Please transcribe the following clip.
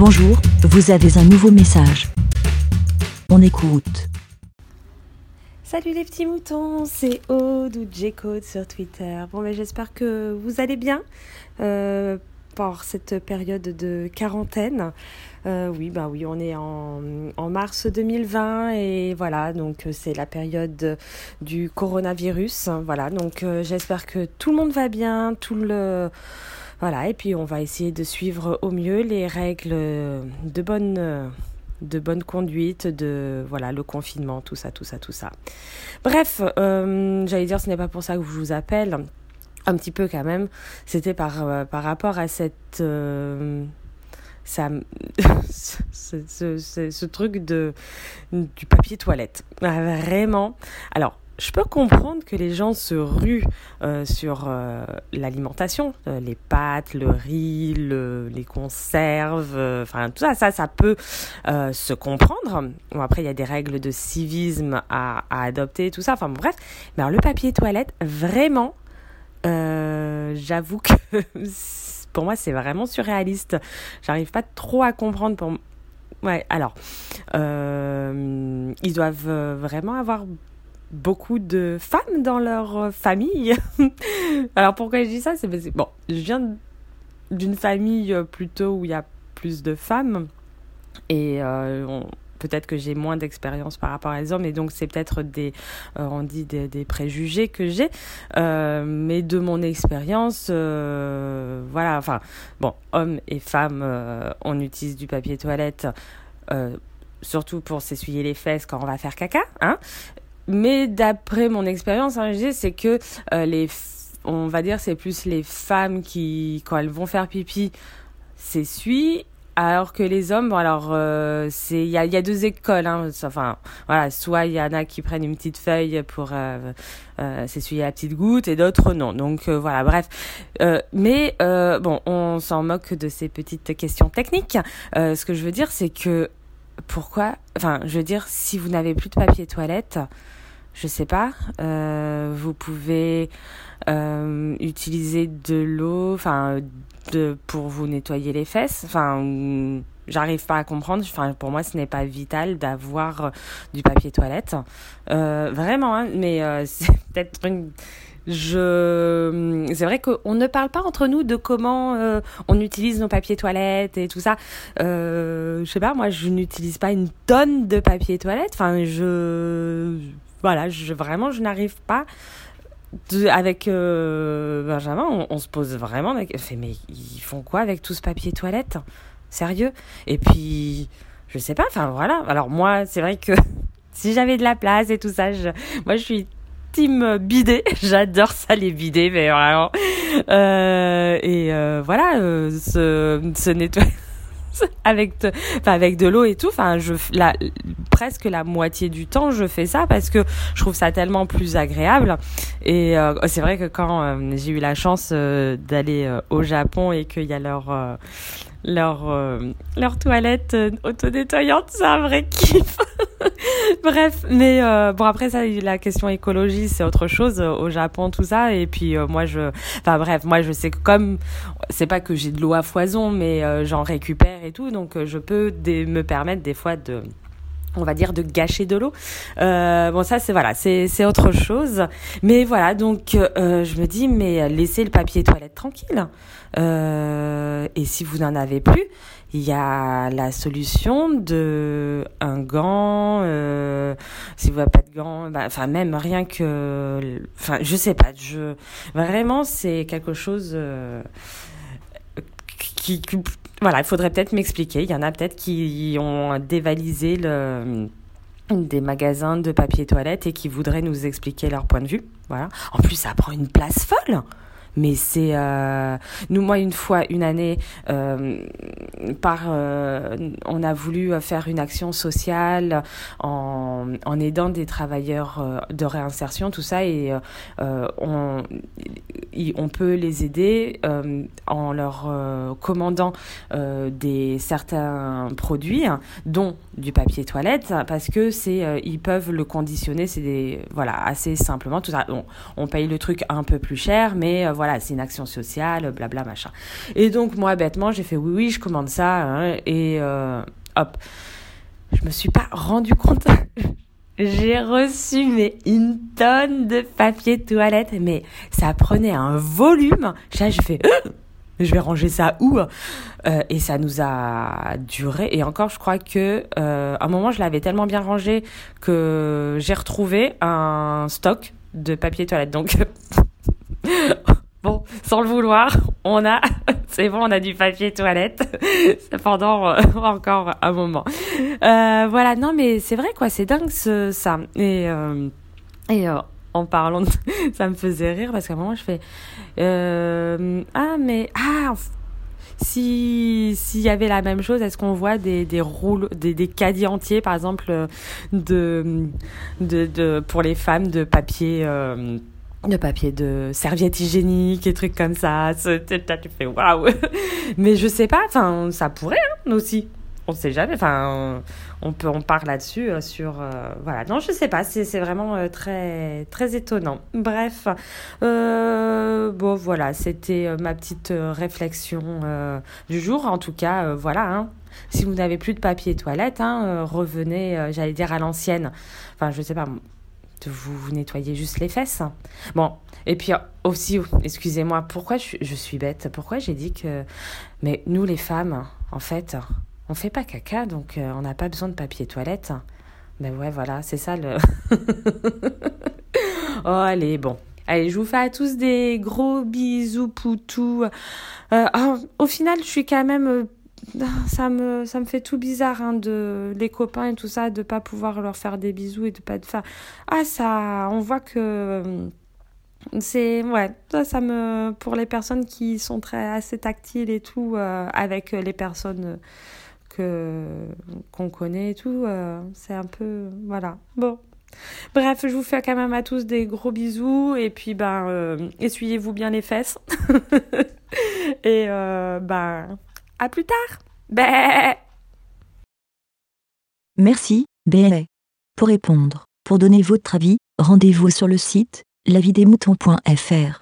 Bonjour, vous avez un nouveau message. On écoute. Salut les petits moutons, c'est Aude ou J-Code sur Twitter. J'espère que vous allez bien par cette période de quarantaine. Oui, on est en mars 2020 et voilà, donc c'est la période du coronavirus. Voilà, donc j'espère que tout le monde va bien, voilà, et puis on va essayer de suivre au mieux les règles de bonne conduite, le confinement, tout ça. Bref, j'allais dire, ce n'est pas pour ça que je vous appelle, un petit peu quand même, c'était par rapport à cette... ce truc du papier toilette. Vraiment. Alors, je peux comprendre que les gens se ruent sur l'alimentation, les pâtes, le riz, les conserves, tout ça, ça peut se comprendre. Bon, après, il y a des règles de civisme à adopter, tout ça. Bref. Mais alors, le papier toilette, vraiment, j'avoue que pour moi, c'est vraiment surréaliste. J'arrive pas trop à comprendre. Ouais, alors, ils doivent vraiment avoir beaucoup de femmes dans leur famille. Alors pourquoi je dis ça, c'est parce que je viens d'une famille plutôt où il y a plus de femmes et peut-être que j'ai moins d'expérience par rapport aux hommes et donc c'est peut-être des préjugés que j'ai, mais de mon expérience, hommes et femmes, on utilise du papier toilette surtout pour s'essuyer les fesses quand on va faire caca, hein. Mais d'après mon expérience, c'est que on va dire c'est plus les femmes qui, quand elles vont faire pipi, s'essuient, alors que les hommes, il y a deux écoles, hein. Soit il y en a qui prennent une petite feuille pour s'essuyer la petite goutte et d'autres non. Donc bref. On s'en moque de ces petites questions techniques. Ce que je veux dire, c'est que si vous n'avez plus de papier toilette, je sais pas, vous pouvez utiliser de l'eau, pour vous nettoyer les fesses. J'arrive pas à comprendre. Pour moi, ce n'est pas vital d'avoir du papier toilette. Vraiment, hein, mais c'est peut-être c'est vrai qu'on ne parle pas entre nous de comment on utilise nos papiers toilettes et tout ça. Je sais pas, moi je n'utilise pas une tonne de papier toilette. Je n'arrive pas. Avec Benjamin, on se pose vraiment mais ils font quoi avec tout ce papier toilette? Sérieux? Et puis je sais pas, alors moi c'est vrai que si j'avais de la place et tout ça, moi je suis team bidet, j'adore ça les bidets, mais vraiment se nettoyer avec de l'eau et tout, presque la moitié du temps je fais ça parce que je trouve ça tellement plus agréable. Et c'est vrai que quand j'ai eu la chance d'aller au Japon et qu'il y a leur toilette auto-nettoyante, c'est un vrai kiff. Bref, mais après ça, la question écologie, c'est autre chose au Japon, tout ça. Et puis moi je sais que comme c'est pas que j'ai de l'eau à foison, mais j'en récupère et tout, donc je peux me permettre des fois de gâcher de l'eau. Ça c'est autre chose. Mais voilà, donc je me dis, mais laissez le papier toilette tranquille. Et si vous n'en avez plus, il y a la solution de un gant. Si vous n'avez pas de gants, même rien que, je sais pas. Vraiment, c'est quelque chose il faudrait peut-être m'expliquer. Il y en a peut-être qui ont dévalisé des magasins de papier toilette et qui voudraient nous expliquer leur point de vue. Voilà. En plus, ça prend une place folle. Mais c'est moi une année on a voulu faire une action sociale en aidant des travailleurs de réinsertion, tout ça, et on peut les aider en leur commandant certains produits, dont du papier toilette, parce que ils peuvent le conditionner, assez simplement, tout ça. On paye le truc un peu plus cher, mais voilà, c'est une action sociale, blabla, machin. Et donc, moi, bêtement, j'ai fait oui, je commande ça, hein, et hop. Je me suis pas rendu compte. J'ai reçu une tonne de papier de toilette, mais ça prenait un volume. J'ai fait, je vais ranger ça où? Et ça nous a duré. Et encore, je crois que à un moment, je l'avais tellement bien rangé que j'ai retrouvé un stock de papier toilette. Donc, bon, sans le vouloir, c'est bon, on a du papier toilette pendant encore un moment. Voilà, non, mais c'est vrai, quoi, c'est dingue ça. Et en parlant, ça me faisait rire parce qu'à un moment, je fais s'il y avait la même chose, est-ce qu'on voit des rouleaux, des caddies entiers, par exemple, pour les femmes de papier de serviettes hygiéniques et trucs comme ça. Tu fais waouh. Mais je sais pas, enfin, ça pourrait, hein, aussi. On sait jamais, enfin, on parle là-dessus, voilà. Non, je sais pas, c'est vraiment très, très étonnant. Bref, bon, voilà, c'était ma petite réflexion du jour. En tout cas, voilà, hein. Si vous n'avez plus de papier toilette, hein, revenez, j'allais dire à l'ancienne. Enfin, je sais pas, vous nettoyez juste les fesses. Bon, et puis aussi, excusez-moi, pourquoi je suis bête? Pourquoi j'ai dit que... Mais nous, les femmes, en fait, on fait pas caca, donc on n'a pas besoin de papier toilette. Ben ouais, voilà, c'est ça le... Oh, allez, bon. Allez, je vous fais à tous des gros bisous poutous. Au final, je suis quand même... ça me fait tout bizarre, hein, de les copains et tout ça, de pas pouvoir leur faire des bisous et de pas de faire... Ah, ça, on voit que... c'est ouais, ça me pour les personnes qui sont assez tactiles et tout, avec les personnes qu'on connaît et tout, c'est un peu voilà. Bon, bref, je vous fais quand même à tous des gros bisous et puis essuyez-vous bien les fesses et à plus tard. Bah. Merci, BLA. Pour répondre, pour donner votre avis, rendez-vous sur le site lavidemouton.fr.